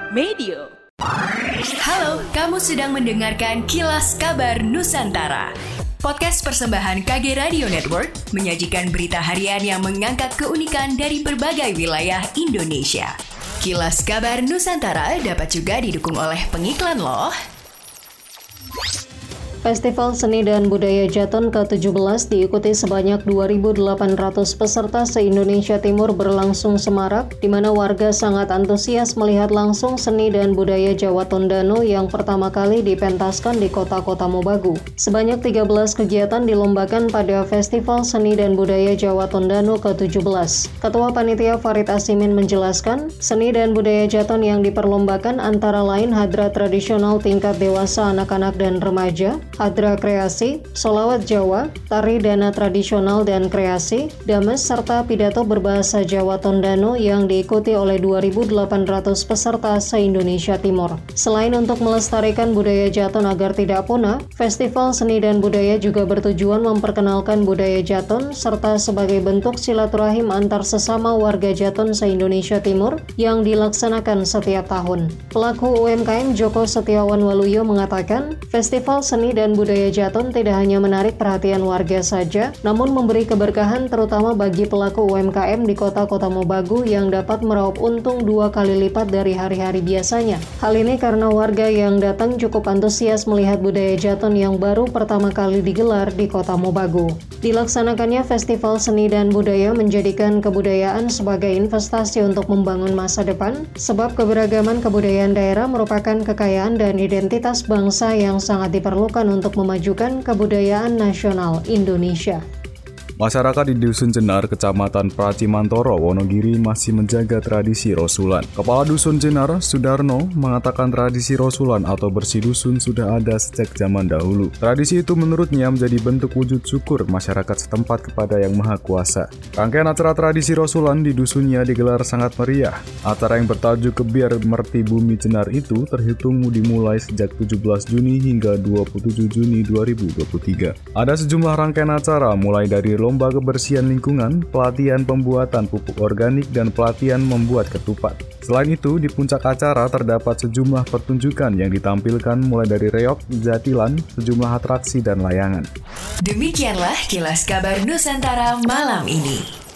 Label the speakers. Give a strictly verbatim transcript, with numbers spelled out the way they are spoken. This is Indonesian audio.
Speaker 1: Medio.
Speaker 2: Halo, kamu sedang mendengarkan Kilas Kabar Nusantara. Podcast persembahan K G Radio Network menyajikan berita harian yang mengangkat keunikan dari berbagai wilayah Indonesia. Kilas Kabar Nusantara dapat juga didukung oleh pengiklan loh.
Speaker 3: Festival Seni dan Budaya Jaton ke tujuh belas diikuti sebanyak dua ribu delapan ratus peserta se-Indonesia Timur berlangsung semarak, di mana warga sangat antusias melihat langsung seni dan budaya Jawa Tondano yang pertama kali dipentaskan di kota-kota Mobagu. Sebanyak tiga belas kegiatan dilombakan pada Festival Seni dan Budaya Jawa Tondano ke tujuh belas. Ketua Panitia Farid Asimin menjelaskan, seni dan budaya Jaton yang diperlombakan antara lain hadra tradisional tingkat dewasa anak-anak dan remaja, hadra kreasi, solawat Jawa, tari dana tradisional dan kreasi, dames, serta pidato berbahasa Jawa Tondano yang diikuti oleh dua ribu delapan ratus peserta se-Indonesia Timur. Selain untuk melestarikan budaya Jaton agar tidak punah, Festival Seni dan Budaya juga bertujuan memperkenalkan budaya Jaton serta sebagai bentuk silaturahim antar sesama warga Jaton se-Indonesia Timur yang dilaksanakan setiap tahun. Pelaku U M K M Joko Setiawan Waluyo mengatakan, Festival Seni dan Budaya Jaton tidak hanya menarik perhatian warga saja, namun memberi keberkahan terutama bagi pelaku U M K M di kota-kota Mobagu yang dapat meraup untung dua kali lipat dari hari-hari biasanya. Hal ini karena warga yang datang cukup antusias melihat budaya Jaton yang baru pertama kali digelar di kota Mobagu. Dilaksanakannya Festival Seni dan Budaya menjadikan kebudayaan sebagai investasi untuk membangun masa depan, sebab keberagaman kebudayaan daerah merupakan kekayaan dan identitas bangsa yang sangat diperlukan untuk memajukan kebudayaan nasional Indonesia.
Speaker 4: Masyarakat di Dusun Jenar, Kecamatan Pracimantoro, Wonogiri masih menjaga tradisi Rosulan. Kepala Dusun Jenar, Sudarno, mengatakan tradisi Rosulan atau bersih dusun sudah ada sejak zaman dahulu. Tradisi itu menurutnya menjadi bentuk wujud syukur masyarakat setempat kepada Yang Maha Kuasa. Rangkaian acara tradisi Rosulan di dusunnya digelar sangat meriah. Acara yang bertajuk Kebiar Merti Bumi Jenar itu terhitung dimulai sejak tujuh belas Juni hingga dua puluh tujuh Juni dua ribu dua puluh tiga. Ada sejumlah rangkaian acara mulai dari lomba kebersihan lingkungan, pelatihan pembuatan pupuk organik, dan pelatihan membuat ketupat. Selain itu, di puncak acara terdapat sejumlah pertunjukan yang ditampilkan mulai dari reog, jatilan, sejumlah atraksi, dan layangan.
Speaker 2: Demikianlah Kilas Kabar Nusantara malam ini.